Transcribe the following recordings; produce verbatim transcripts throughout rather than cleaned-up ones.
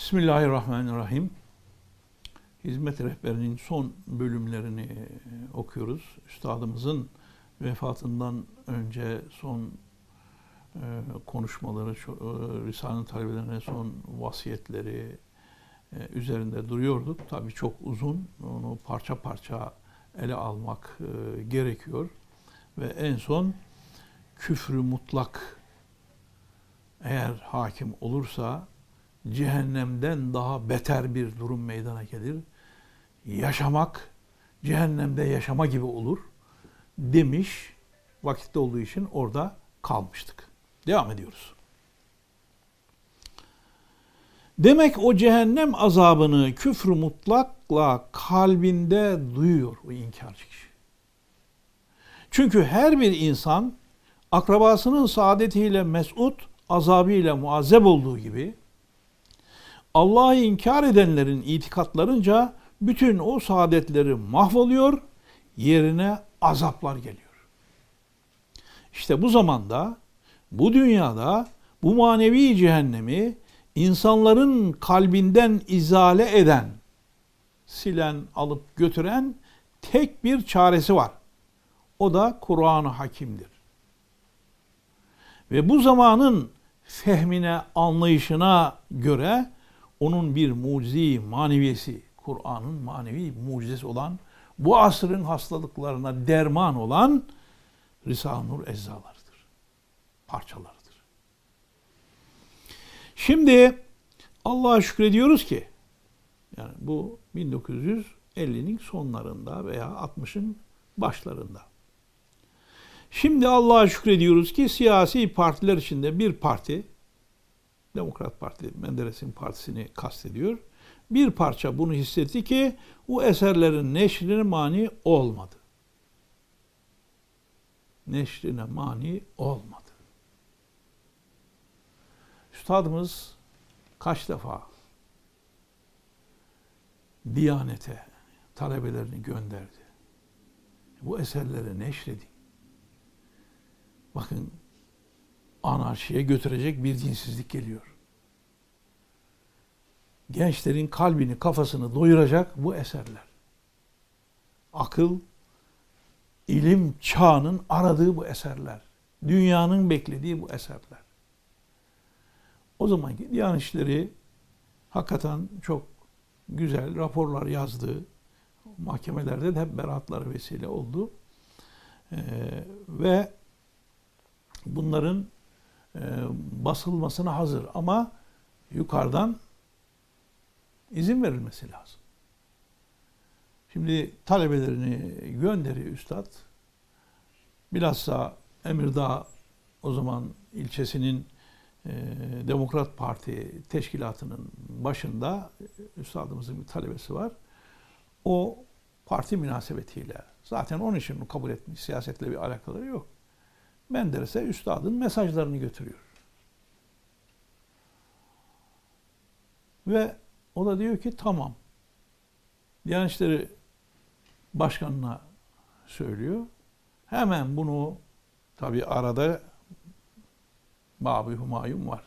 Bismillahirrahmanirrahim. Hizmet Rehberi'nin son bölümlerini okuyoruz. Üstadımızın vefatından önce son konuşmaları, Risale-i talebelerine son vasiyetleri üzerinde duruyorduk. Tabii çok uzun, onu parça parça ele almak gerekiyor. Ve en son küfrü mutlak eğer hakim olursa cehennemden daha beter bir durum meydana gelir. Yaşamak, cehennemde yaşama gibi olur demiş. Vakitte olduğu için orada kalmıştık. Devam ediyoruz. Demek o cehennem azabını küfrü mutlakla kalbinde duyuyor o inkarcı kişi. Çünkü her bir insan akrabasının saadetiyle mesut, azabıyla muazzeb olduğu gibi Allah'ı inkar edenlerin itikatlarınca bütün o saadetleri mahvoluyor, yerine azaplar geliyor. İşte bu zamanda, bu dünyada bu manevi cehennemi insanların kalbinden izale eden, silen, alıp götüren tek bir çaresi var. O da Kur'an-ı Hakim'dir. Ve bu zamanın fehmine, anlayışına göre onun bir mucize-i maneviyesi, Kur'an'ın manevi mucizesi olan, bu asrın hastalıklarına derman olan Risale-i Nur eczalarıdır, parçalarıdır. Şimdi Allah'a şükrediyoruz ki, yani bu bin dokuz yüz ellinin sonlarında veya altmışın başlarında. Şimdi Allah'a şükrediyoruz ki siyasi partiler içinde bir parti, Demokrat Parti, Menderes'in partisini kastediyor. Bir parça bunu hissetti ki bu eserlerin neşrine mani olmadı. Neşrine mani olmadı. Üstadımız kaç defa Diyanet'e talebelerini gönderdi. Bu eserleri neşredin. Bakın, anarşiye götürecek bir dinsizlik geliyor. Gençlerin kalbini, kafasını doyuracak bu eserler. Akıl, ilim çağının aradığı bu eserler. Dünyanın beklediği bu eserler. O zamanki Diyanet İşleri hakikaten çok güzel raporlar yazdı. Mahkemelerde de hep beraatları vesile oldu. Ee, ve bunların e, basılmasına hazır ama yukarıdan izin verilmesi lazım. Şimdi talebelerini gönderiyor üstad. Bilhassa Emirdağ, o zaman ilçesinin e, Demokrat Parti teşkilatının başında üstadımızın bir talebesi var. O parti münasebetiyle, zaten onun için onu kabul etmiş, siyasetle bir alakaları yok. Menderes'e üstadın mesajlarını götürüyor. Ve o da diyor ki tamam. Diyanet İşleri Başkanı'na söylüyor. Hemen bunu, tabi arada Bab-ı Humayun var.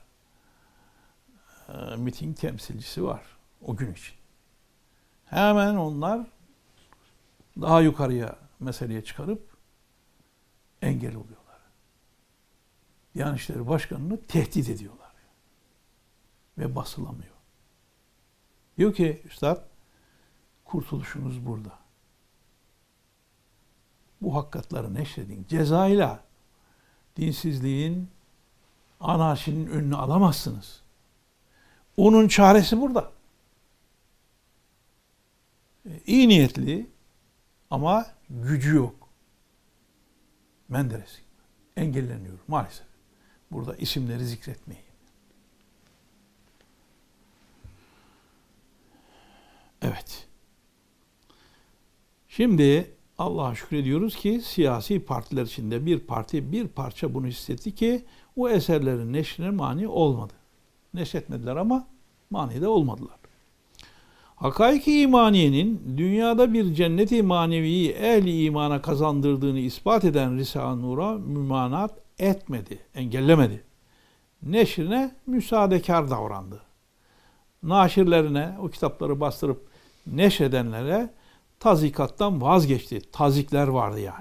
E, miting temsilcisi var o gün için. Hemen onlar daha yukarıya meseleye çıkarıp engel oluyorlar. Diyanet İşleri Başkanı'nı tehdit ediyorlar. Ve basılamıyor. Diyor ki üstad, kurtuluşunuz burada. Bu hakikatları neşredin. Cezayla dinsizliğin, anarşinin önünü alamazsınız. Onun çaresi burada. İyi niyetli ama gücü yok. Menderes engelleniyor maalesef. Burada isimleri zikretmeyeyim. Evet. Şimdi Allah'a şükrediyoruz ki siyasi partiler içinde bir parti bir parça bunu hissetti ki o eserlerin neşrine mani olmadı. Neşretmediler ama mani de olmadılar. Hakaik-i imaniyenin dünyada bir cennet-i maneviyi ehli imana kazandırdığını ispat eden Risale-i Nur'a mümanat etmedi, engellemedi. Neşrine müsaadekar davrandı. naşirlerine o kitapları bastırıp neşredenlere tazikattan vazgeçti. Tazikler vardı yani.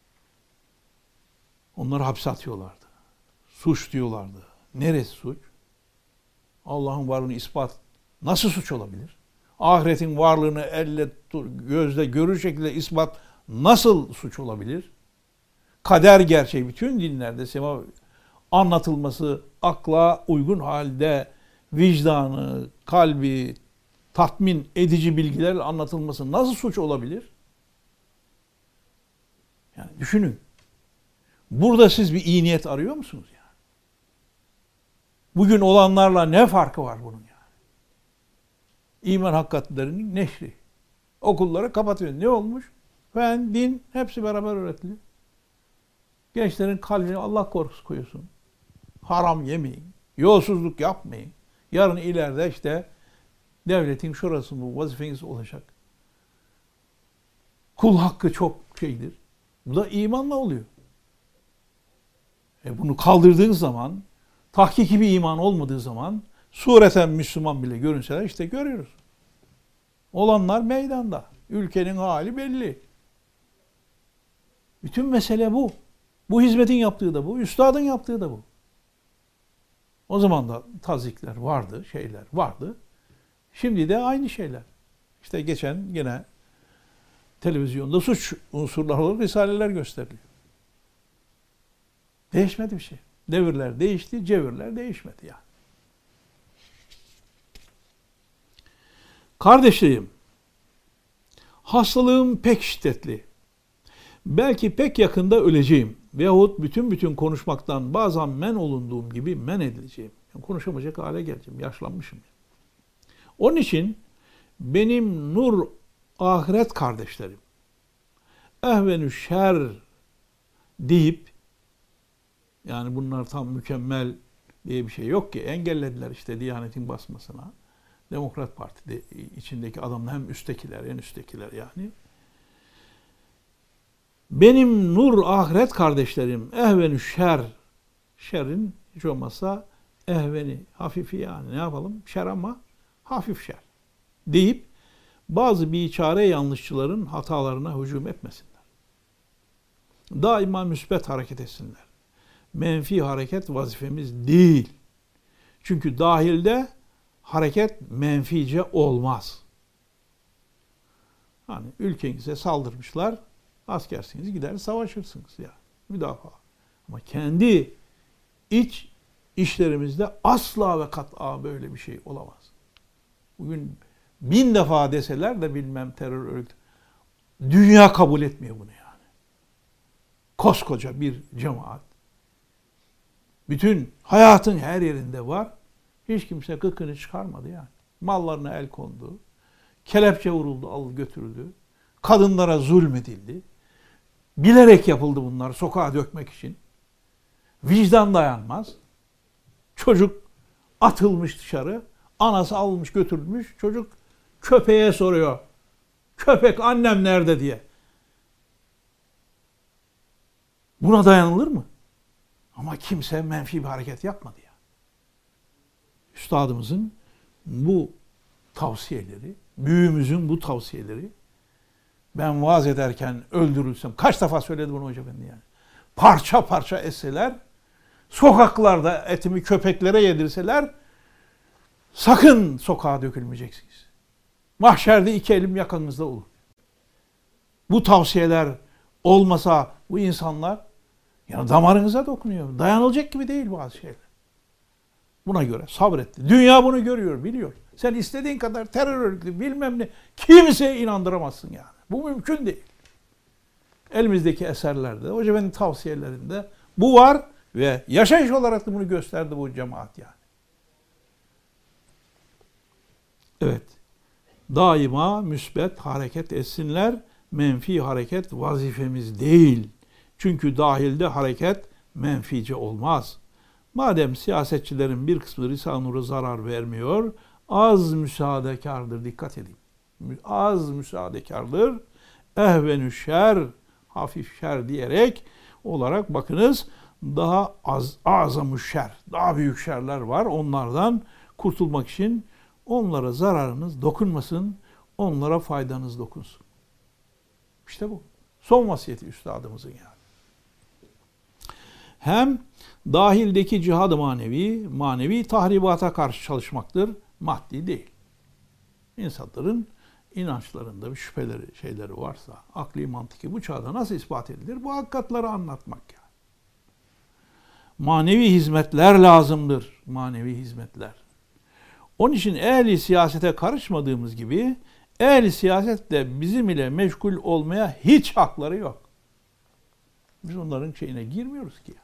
Onları hapse atıyorlardı. Suç diyorlardı. Neresi suç? Allah'ın varlığını ispat nasıl suç olabilir? Ahiretin varlığını elle, gözle görür şekilde ispat nasıl suç olabilir? Kader gerçeği bütün dinlerde sema anlatılması akla uygun halde vicdanı, kalbi tatmin edici bilgilerle anlatılması nasıl suç olabilir? Yani düşünün. Burada siz bir iyi niyet arıyor musunuz yani? Bugün olanlarla ne farkı var bunun yani? İman hakikatlerinin neşri. Okulları kapatıyor. Ne olmuş? Fen, din hepsi beraber öğretiliyor. Gençlerin kalbine Allah korkusu koyuyorsun. Haram yemeyin. Yolsuzluk yapmayın. Yarın ileride işte devletin şurası bu vazifeniz olacak. Kul hakkı çok şeydir. Bu da imanla oluyor. E bunu kaldırdığın zaman, tahkiki bir iman olmadığı zaman sureten Müslüman bile görünseler işte görüyoruz. Olanlar meydanda. Ülkenin hali belli. Bütün mesele bu. Bu hizmetin yaptığı da bu, üstadın yaptığı da bu. O zaman da tazikler vardı, şeyler vardı. Şimdi de aynı şeyler. İşte geçen yine televizyonda suç unsurları olarak risaleler gösteriliyor. Değişmedi bir şey. Devirler değişti, cevirler değişmedi yani. Kardeşlerim, hastalığım pek şiddetli. Belki pek yakında öleceğim veyahut bütün bütün konuşmaktan bazen men olunduğum gibi men edileceğim. Yani konuşamayacak hale geleceğim, yaşlanmışım. Onun için benim nur ahiret kardeşlerim, ehvenü şer deyip, yani bunlar tam mükemmel diye bir şey yok ki, engellediler işte Diyanet'in basmasına. Demokrat Parti içindeki adamlar hem üsttekiler, en üsttekiler yani. Benim nur ahiret kardeşlerim, ehvenü şer, şerrin hiç olmazsa ehveni, hafifi yani ne yapalım? Şer ama hafif şer deyip bazı biçare yanlışçıların hatalarına hücum etmesinler. Daima müsbet hareket etsinler. Menfi hareket vazifemiz değil. Çünkü dahilde hareket menfice olmaz. Hani ülkenize saldırmışlar, askersiniz, gider savaşırsınız ya. Müdafaa. Ama kendi iç işlerimizde asla ve kat'a böyle bir şey olamaz. Bugün bin defa deseler de bilmem terör örgütü. Dünya kabul etmiyor bunu yani. Koskoca bir cemaat. Bütün hayatın her yerinde var. Hiç kimse gıkını çıkarmadı yani. Mallarına el kondu. Kelepçe vuruldu, al götürüldü. Kadınlara zulmedildi. Bilerek yapıldı bunlar sokağa dökmek için. Vicdan dayanmaz. Çocuk atılmış dışarı. Anası almış götürülmüş. Çocuk köpeğe soruyor. Köpek annem nerede diye. Buna dayanılır mı? Ama kimse menfi bir hareket yapmadı ya. Üstadımızın bu tavsiyeleri, büyüğümüzün bu tavsiyeleri, ben vaaz ederken öldürülsem, kaç defa söyledi bunu Hoca Efendi yani. Parça parça etseler, sokaklarda etimi köpeklere yedirseler, sakın sokağa dökülmeyeceksiniz. Mahşerde iki elim yakınınızda olur. Bu tavsiyeler olmasa bu insanlar, yani damarınıza dokunuyor. Dayanılacak gibi değil bazı şeyler. Buna göre sabretti. Dünya bunu görüyor, biliyor. Sen istediğin kadar terör örgütü bilmem ne, kimseye inandıramazsın yani. Bu mümkün değil. Elimizdeki eserlerde, Hoca Efendi'nin tavsiyelerinde bu var ve yaşayış olarak da bunu gösterdi bu cemaat yani. Evet. Daima müsbet hareket etsinler. Menfi hareket vazifemiz değil. Çünkü dahilde hareket menfice olmaz. Madem siyasetçilerin bir kısmı Risale-i Nur'a zarar vermiyor, az müsaadekardır. Dikkat edin. Az müsaadekardır. Ehvenü şer, hafif şer diyerek olarak bakınız daha az azamü şer, daha büyük şerler var. Onlardan kurtulmak için onlara zararınız dokunmasın, onlara faydanız dokunsun. İşte bu. Son vasiyeti üstadımızın yani. Hem dahildeki cihad-ı manevi, manevi tahribata karşı çalışmaktır, maddi değil. İnsanların inançlarında bir şüpheleri, şeyleri varsa, akli mantıki bu çağda nasıl ispat edilir? Bu hakikatleri anlatmak yani. Manevi hizmetler lazımdır, manevi hizmetler. Onun için ehli siyasete karışmadığımız gibi, ehli siyasetle bizim ile meşgul olmaya hiç hakları yok. Biz onların şeyine girmiyoruz ki.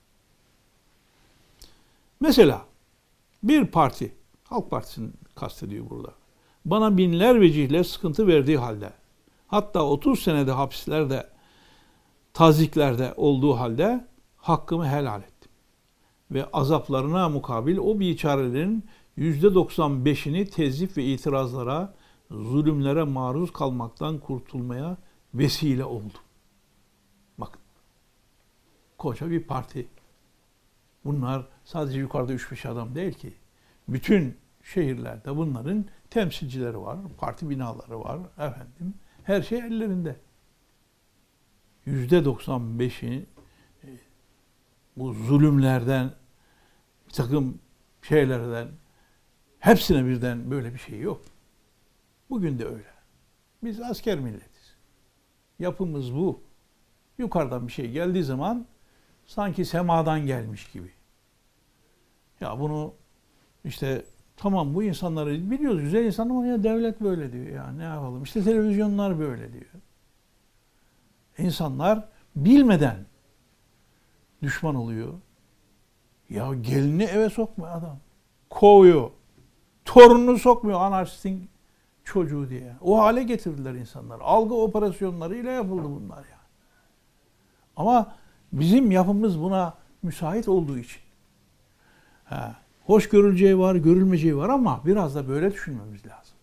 Mesela bir parti, Halk Partisi'ni kastediyor burada, bana binler vecihle sıkıntı verdiği halde, hatta otuz senede hapislerde, taziklerde olduğu halde hakkımı helal ettim. Ve azaplarına mukabil o biçarelerin yüzde doksan beşini tezif ve itirazlara, zulümlere maruz kalmaktan kurtulmaya vesile oldum. Bakın, koca bir parti. Bunlar sadece yukarıda üç beş adam değil ki. Bütün şehirlerde bunların temsilcileri var, parti binaları var, efendim. Her şey ellerinde. yüzde doksan beşi bu zulümlerden, bir takım şeylerden, hepsine birden böyle bir şey yok. Bugün de öyle. Biz asker milletiz. Yapımız bu. Yukarıdan bir şey geldiği zaman sanki semadan gelmiş gibi. Ya bunu işte tamam bu insanları biliyoruz. Güzel insan ama ya devlet böyle diyor. Ya ne yapalım? İşte televizyonlar böyle diyor. İnsanlar bilmeden düşman oluyor. Ya gelini eve sokmuyor adam. Kovuyor. Torununu sokmuyor anarşistin çocuğu diye. O hale getirdiler insanlar. Algı operasyonlarıyla yapıldı bunlar yani. Ama bizim yapımız buna müsait olduğu için. Ha, hoş görüleceği var, görülmeyeceği var ama biraz da böyle düşünmemiz lazım.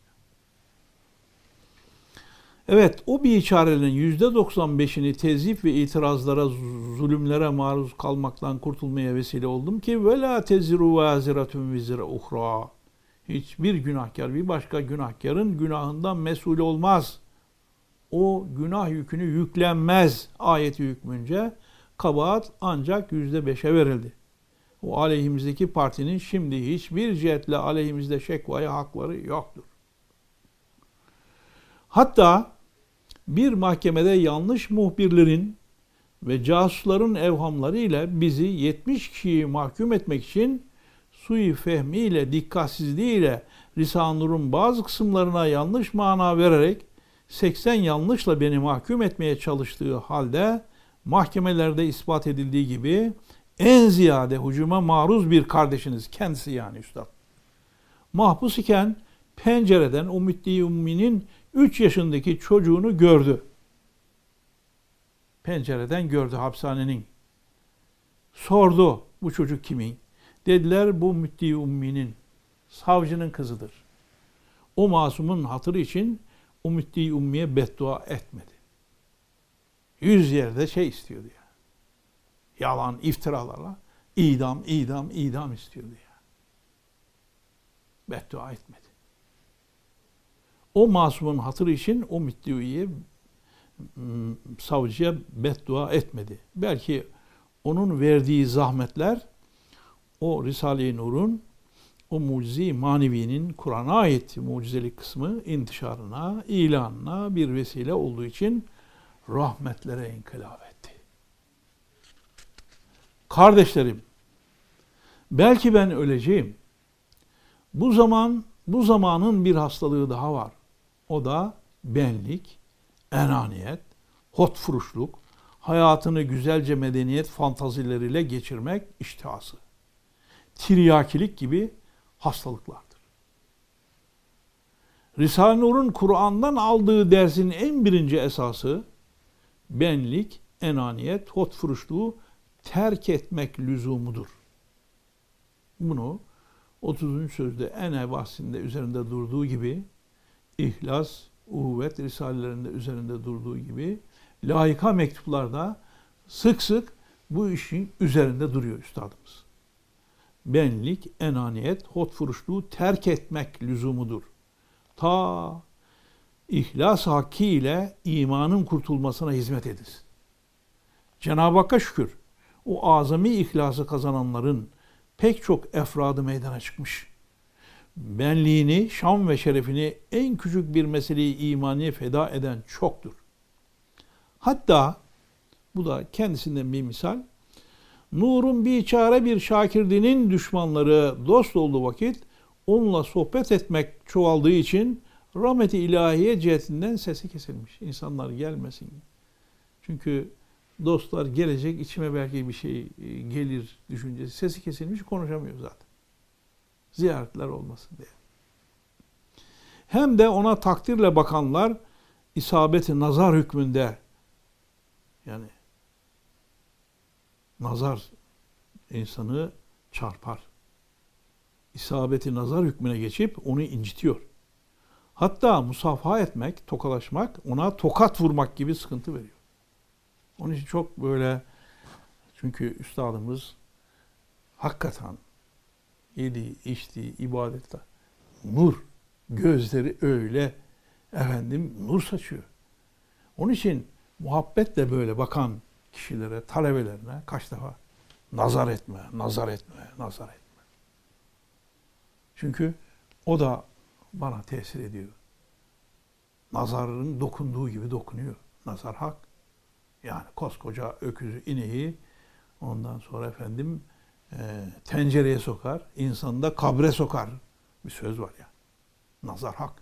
Evet, o biçarelerin yüzde doksan beşini tezif ve itirazlara, zulümlere maruz kalmaktan kurtulmaya vesile oldum ki ve la teziru vaziratun vizra uhra. Hiçbir günahkar bir başka günahkarın günahından mesul olmaz. O günah yükünü yüklenmez ayeti hükmünce kabahat ancak yüzde beşe verildi. O aleyhimizdeki partinin şimdi hiçbir cihetle aleyhimizde şekvaya hakları yoktur. Hatta bir mahkemede yanlış muhbirlerin ve casusların evhamlarıyla bizi yetmiş kişiyi mahkum etmek için sui fehmiyle, dikkatsizliğiyle Risale-i Nur'un bazı kısımlarına yanlış mana vererek seksen yanlışla beni mahkum etmeye çalıştığı halde mahkemelerde ispat edildiği gibi en ziyade hücuma maruz bir kardeşiniz, kendisi yani üstad, mahpus iken pencereden o müddi umminin üç yaşındaki çocuğunu gördü. Pencereden gördü hapishanenin. Sordu, bu çocuk kimin? Dediler bu müddi umminin, savcının kızıdır. O masumun hatırı için o müddi ummiye beddua etmedi. Yüz yerde şey istiyordu ya. Yalan, iftiralarla idam, idam, idam istiyordu ya. Beddua etmedi. O masumun hatırı için o müddiye, savcıya beddua etmedi. Belki onun verdiği zahmetler o Risale-i Nur'un o mucize-i manevinin Kur'an'a ait mucizelik kısmı intişarına, ilanına bir vesile olduğu için rahmetlere inkılap etti. Kardeşlerim, belki ben öleceğim. Bu zaman, bu zamanın bir hastalığı daha var. O da benlik, enaniyet, hotfuruşluk, hayatını güzelce medeniyet fantazileriyle geçirmek iştihası. Tiryakilik gibi hastalıklardır. Risale-i Nur'un Kur'an'dan aldığı dersin en birinci esası benlik, enaniyet, hotfuruşluğu terk etmek lüzumudur. Bunu otuzuncu sözde en bahsinde üzerinde durduğu gibi, İhlas, Uhuvvet risalelerinde üzerinde durduğu gibi, layıka mektuplarda sık sık bu işin üzerinde duruyor üstadımız. benlik, enaniyet, hotfuruşluğu terk etmek lüzumudur. Ta ihlas hakkı ile imanın kurtulmasına hizmet edilsin. Cenab-ı Hakk'a şükür, o azami ihlası kazananların pek çok efradı meydana çıkmış. Benliğini, şan ve şerefini en küçük bir meseleyi imaniye feda eden çoktur. Hatta, bu da kendisinden bir misal, Nur'un biçare bir şakirdinin düşmanları dost olduğu vakit onunla sohbet etmek çoğaldığı için rahmet-i ilahiye cihetinden sesi kesilmiş. İnsanlar gelmesin. Çünkü dostlar gelecek, içime belki bir şey gelir düşüncesi. Sesi kesilmiş, konuşamıyor zaten. Ziyaretler olmasın diye. Hem de ona takdirle bakanlar isabeti nazar hükmünde, yani nazar insanı çarpar. İsabeti nazar hükmüne geçip onu incitiyor. Hatta musafaha etmek, tokalaşmak, ona tokat vurmak gibi sıkıntı veriyor. Onun için çok böyle, çünkü üstadımız hakikaten yedi, içtiği ibadette nur, gözleri öyle efendim nur saçıyor. Onun için muhabbetle böyle bakan kişilere, talebelerine kaç defa nazar etme, nazar etme, nazar etme. Çünkü o da bana tesir ediyor. Nazarın dokunduğu gibi dokunuyor. Nazar hak. Yani koskoca öküzü, ineği ondan sonra efendim e, tencereye sokar, insanı da kabre sokar. Bir söz var ya. Nazar hak.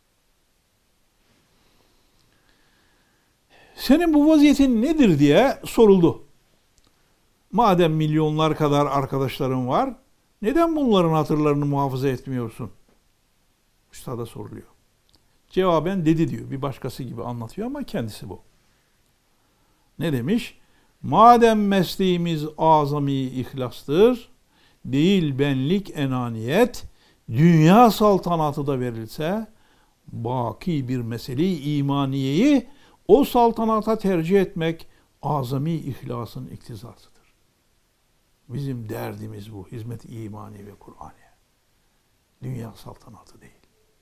Senin bu vaziyetin nedir diye soruldu. Madem milyonlar kadar arkadaşların var, neden bunların hatırlarını muhafaza etmiyorsun? Üstada soruluyor. Cevaben dedi diyor. Bir başkası gibi anlatıyor ama kendisi bu. Ne demiş? Madem mesleğimiz azami ihlastır, değil benlik enaniyet, dünya saltanatı da verilse, baki bir mesele-i imaniyeyi o saltanata tercih etmek azami ihlasın iktizasıdır. Bizim derdimiz bu. Hizmet-i imani ve Kur'aniye. Dünya saltanatı değil.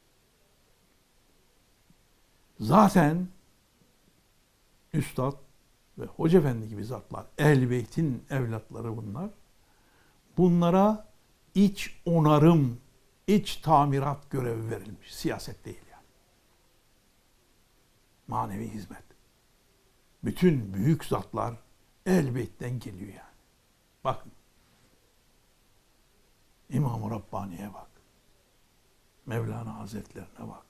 Zaten Üstad ve Hoca Efendi gibi zatlar, Ehl-i Beyt'in evlatları bunlar. Bunlara iç onarım, iç tamirat görevi verilmiş. Siyaset değil yani. Manevi hizmet. Bütün büyük zatlar Ehl-i Beyt'ten geliyor yani. Bakın. İmam-ı Rabbani'ye bak. Mevlana Hazretlerine bak.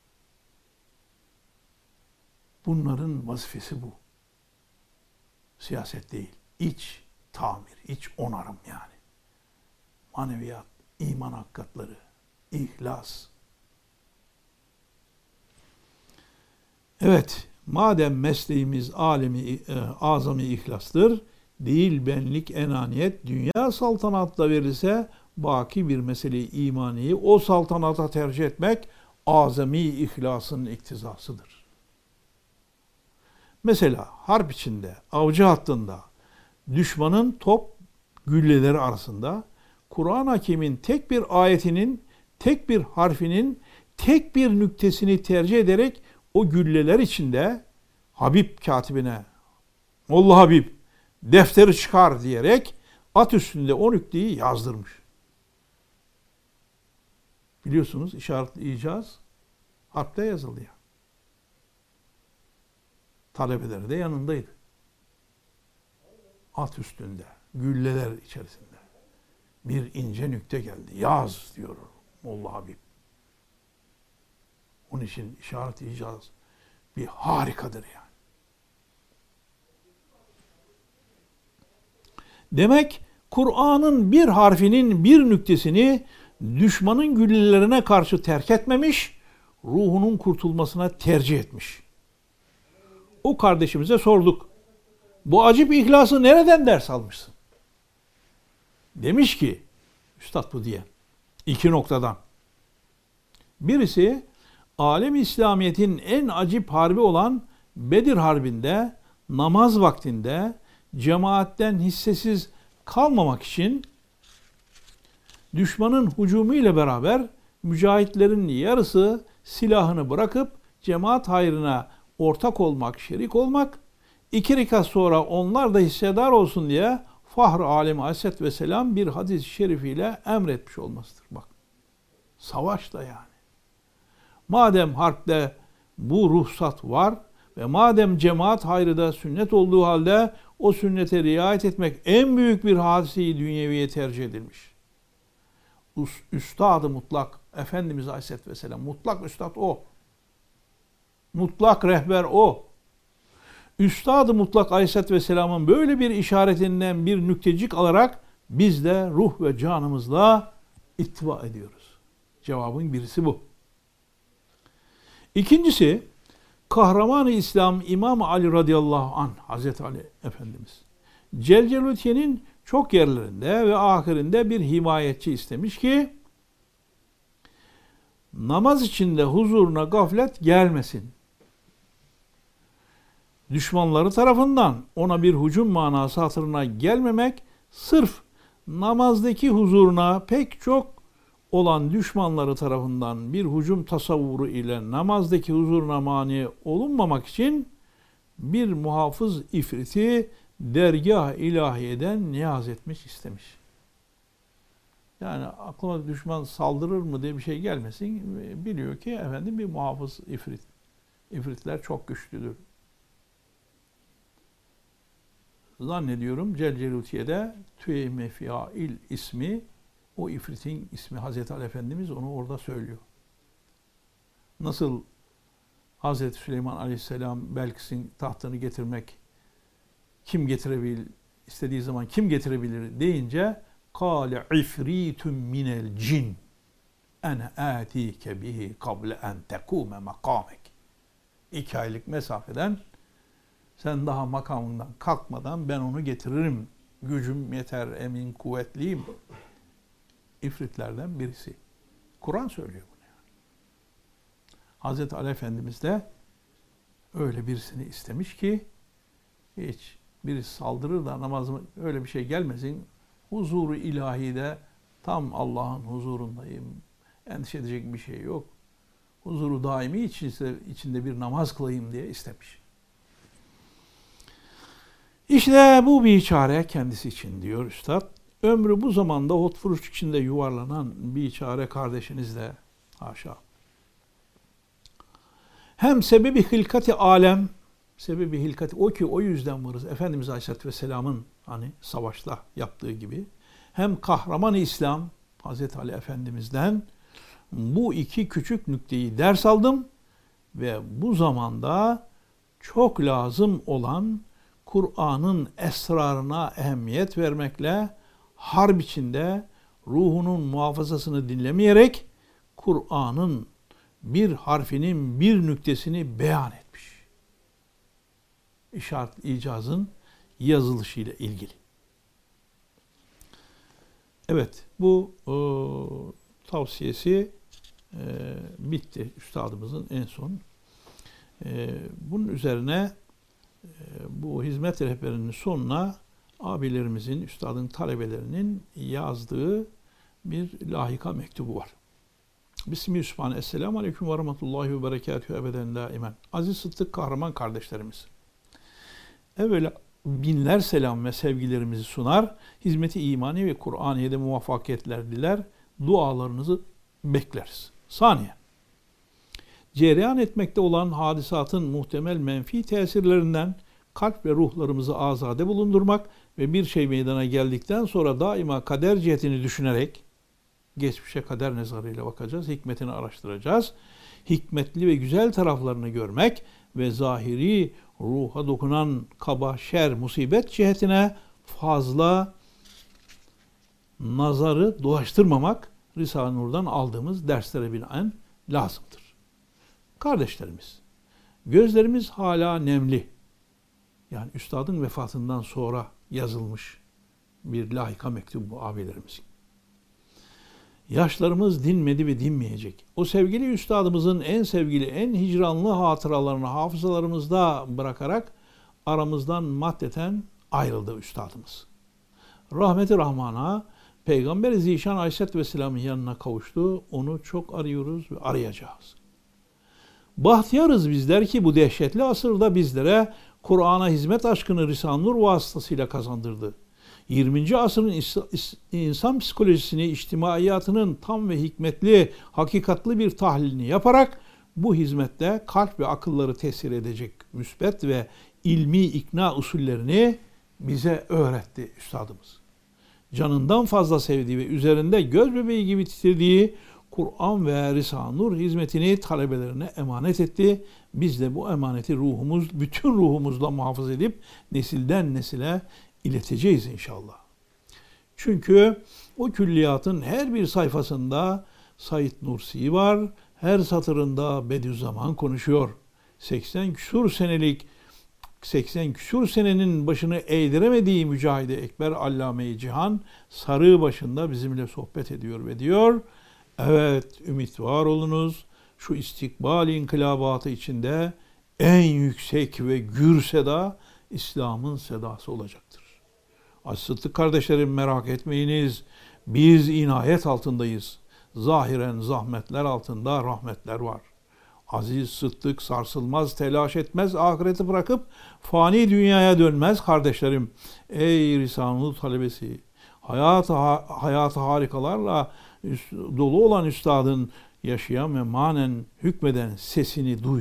Bunların vazifesi bu. Siyaset değil. İç tamir, iç onarım yani. Maneviyat, iman hakikatları, ihlas. Evet, madem mesleğimiz alemi, e, azami ihlastır, değil benlik, enaniyet, dünya saltanatla verilse, baki bir mesele-i imaniyi o saltanata tercih etmek, azami ihlasın iktizasıdır. Mesela harp içinde, avcı hattında, düşmanın top gülleleri arasında, Kur'an-ı Hakîm'in tek bir ayetinin, tek bir harfinin, tek bir nüktesini tercih ederek o gülleler içinde Habib katibine, Molla Habib defteri çıkar diyerek at üstünde o nükteyi yazdırmış. Biliyorsunuz işaretli icaz harpte yazıldı ya. Talebeleri de yanındaydı. At üstünde, gülleler içerisinde bir ince nükte geldi. Yaz diyor Molla Habib. Onun için işaret icaz bir harikadır yani. Demek Kur'an'ın bir harfinin bir nüktesini düşmanın güllelerine karşı terk etmemiş, ruhunun kurtulmasına tercih etmiş. O kardeşimize sorduk. Bu acip ihlası nereden ders almışsın? Demiş ki, Üstad bu diye, iki noktadan. Birisi, alem-i İslamiyet'in en acip harbi olan Bedir Harbi'nde, namaz vaktinde cemaatten hissesiz kalmamak için düşmanın hücumu ile beraber mücahitlerin yarısı silahını bırakıp cemaat hayrına ortak olmak, şerik olmak, iki rekat sonra onlar da hissedar olsun diye Fahr-ı Alem Aleyhisselatü Vesselam bir hadis-i şerifiyle emretmiş olmasıdır. Bak, savaş da yani. Madem harpte bu ruhsat var ve madem cemaat hayrı da sünnet olduğu halde o sünnete riayet etmek en büyük bir hadise-i dünyeviye tercih edilmiş. Üstad-ı mutlak Efendimiz Aleyhisselatü Vesselam, mutlak üstad o. Mutlak rehber o. Üstad-ı mutlak Aleyhisselatü Vesselam'ın böyle bir işaretinden bir nüktecik alarak biz de ruh ve canımızla ittiba ediyoruz. Cevabın birisi bu. İkincisi, kahraman-ı İslam İmam Ali radıyallahu anh, Hazreti Ali Efendimiz, Celcelutiye'nin çok yerlerinde ve ahirinde bir himayetçi istemiş ki, namaz içinde huzuruna gaflet gelmesin. Düşmanları tarafından ona bir hücum manası hatırına gelmemek, sırf namazdaki huzuruna pek çok olan düşmanları tarafından bir hücum tasavvuru ile namazdaki huzuruna mani olunmamak için bir muhafız ifriti dergah ilahiyeden niyaz etmiş, istemiş. Yani aklıma düşman saldırır mı diye bir şey gelmesin. Biliyor ki efendim bir muhafız ifrit. İfritler çok güçlüdür. Zannediyorum Celcelutiye'de Tüeyme Fiail ismi, o ifritin ismi, Hazreti Ali Efendimiz onu orada söylüyor. Nasıl Hazreti Süleyman Aleyhisselam Belkıs'ın tahtını getirmek kim getirebilir, istediği zaman kim getirebilir deyince kâle ifritun minel cin ene âtîke bihi kable en tekûme makâmek. İki aylık mesafeden sen daha makamından kalkmadan ben onu getiririm. Gücüm yeter, emin, kuvvetliyim. İfritlerden birisi. Kur'an söylüyor bunu yani. Hazreti Ali Efendimiz de öyle birisini istemiş ki hiç birisi saldırır da namazıma öyle bir şey gelmesin. Huzuru ilahide tam Allah'ın huzurundayım. Endişe edecek bir şey yok. Huzuru daimi içinde, içinde bir namaz kılayım diye istemiş. İşte bu bir çare kendisi için diyor Üstad. Ömrü bu zamanda hotfuruş içinde yuvarlanan bir çare kardeşiniz de haşa. Hem sebebi hilkati alem, sebebi hilkati o ki o yüzden varız. Efendimiz Aleyhisselatü Vesselam'ın hani savaşta yaptığı gibi. Hem kahraman-ı İslam Hazreti Ali Efendimiz'den bu iki küçük nükteyi ders aldım ve bu zamanda çok lazım olan Kur'an'ın esrarına ehemmiyet vermekle harp içinde ruhunun muhafazasını dinlemeyerek Kur'an'ın bir harfinin bir nüktesini beyan etmiş. İşaret icazın yazılışıyla ilgili. Evet, bu e, tavsiyesi e, bitti üstadımızın en son. E, bunun üzerine e, bu hizmet rehberinin sonuna abilerimizin, üstadın talebelerinin yazdığı bir lahika mektubu var. Bismillahirrahmanirrahim. Esselamu Aleyküm ve Rahmetullahi ve Berekatühü ebeden daimen. Aziz Sıddık kahraman kardeşlerimiz. Evvela binler selam ve sevgilerimizi sunar, hizmeti imani ve Kur'aniye'de muvaffakiyetler diler, dualarınızı bekleriz. Saniye. Cereyan etmekte olan hadisatın muhtemel menfi tesirlerinden kalp ve ruhlarımızı azade bulundurmak ve bir şey meydana geldikten sonra daima kader cihetini düşünerek, geçmişe kader nazarıyla bakacağız, hikmetini araştıracağız, hikmetli ve güzel taraflarını görmek ve zahiri ruha dokunan kaba, şer, musibet cihetine fazla nazarı dolaştırmamak Risale-i Nur'dan aldığımız derslere binaen lazımdır. Kardeşlerimiz, gözlerimiz hala nemli. Yani üstadın vefatından sonra yazılmış bir lahika mektubu bu abilerimizin. Yaşlarımız dinmedi ve dinmeyecek. O sevgili üstadımızın en sevgili, en hicranlı hatıralarını hafızalarımızda bırakarak aramızdan maddeten ayrıldı üstadımız. Rahmeti Rahman'a Peygamber Zişan Aleyhisselatü Vesselam'ın yanına kavuştu. Onu çok arıyoruz ve arayacağız. Bahtiyarız bizler ki bu dehşetli asırda bizlere Kur'an'a hizmet aşkını Risale-i Nur vasıtasıyla kazandırdı. yirminci asrın insan psikolojisini, içtimaiyatının tam ve hikmetli, hakikatli bir tahlilini yaparak bu hizmette kalp ve akılları tesir edecek müsbet ve ilmi ikna usullerini bize öğretti üstadımız. Canından fazla sevdiği ve üzerinde göz bebeği gibi titrediği Kur'an ve Risale-i Nur hizmetini talebelerine emanet etti. Biz de bu emaneti ruhumuz, bütün ruhumuzla muhafaza edip nesilden nesile ileteceğiz inşallah. Çünkü o külliyatın her bir sayfasında Said Nursi var, her satırında Bediüzzaman konuşuyor. seksen küsur senelik, seksen küsur senenin başını eğdiremediği Mücahide Ekber Allame-i Cihan sarığı başında bizimle sohbet ediyor ve diyor, evet ümit var olunuz, şu istikbal inkılabatı içinde en yüksek ve gür seda İslam'ın sedası olacaktır. Aziz Sıddık kardeşlerim, merak etmeyiniz, biz inayet altındayız. Zahiren zahmetler altında rahmetler var. Aziz Sıddık sarsılmaz, telaş etmez, ahireti bırakıp fani dünyaya dönmez kardeşlerim. Ey Risale-i Nur talebesi, hayat hayat harikalarla dolu olan üstadın yaşayan ve manen hükmeden sesini duy.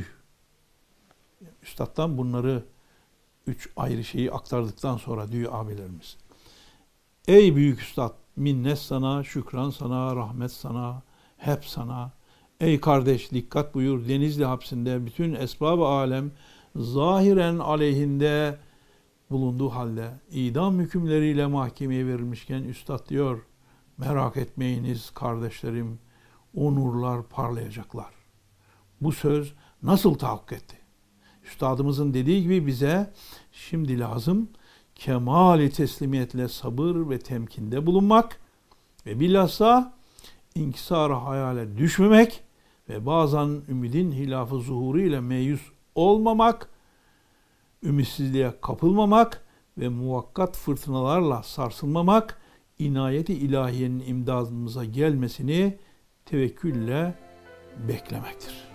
Üstad'dan bunları üç ayrı şeyi aktardıktan sonra diyor abilerimiz. Ey büyük üstad, minnet sana, şükran sana, rahmet sana, hep sana. Ey kardeş dikkat buyur, Denizli hapsinde bütün esbab-ı alem zahiren aleyhinde bulunduğu halde idam hükümleriyle mahkemeye verilmişken üstad diyor, merak etmeyiniz kardeşlerim, o nurlar parlayacaklar. Bu söz nasıl tahakkuk etti? Üstadımızın dediği gibi bize şimdi lazım kemali teslimiyetle sabır ve temkinde bulunmak ve bilhassa inkisar-ı hayale düşmemek ve bazen ümidin hilafı zuhuru ile meyus olmamak, ümitsizliğe kapılmamak ve muvakkat fırtınalarla sarsılmamak, inayeti ilahiyenin imdadımıza gelmesini tevekkülle beklemektir.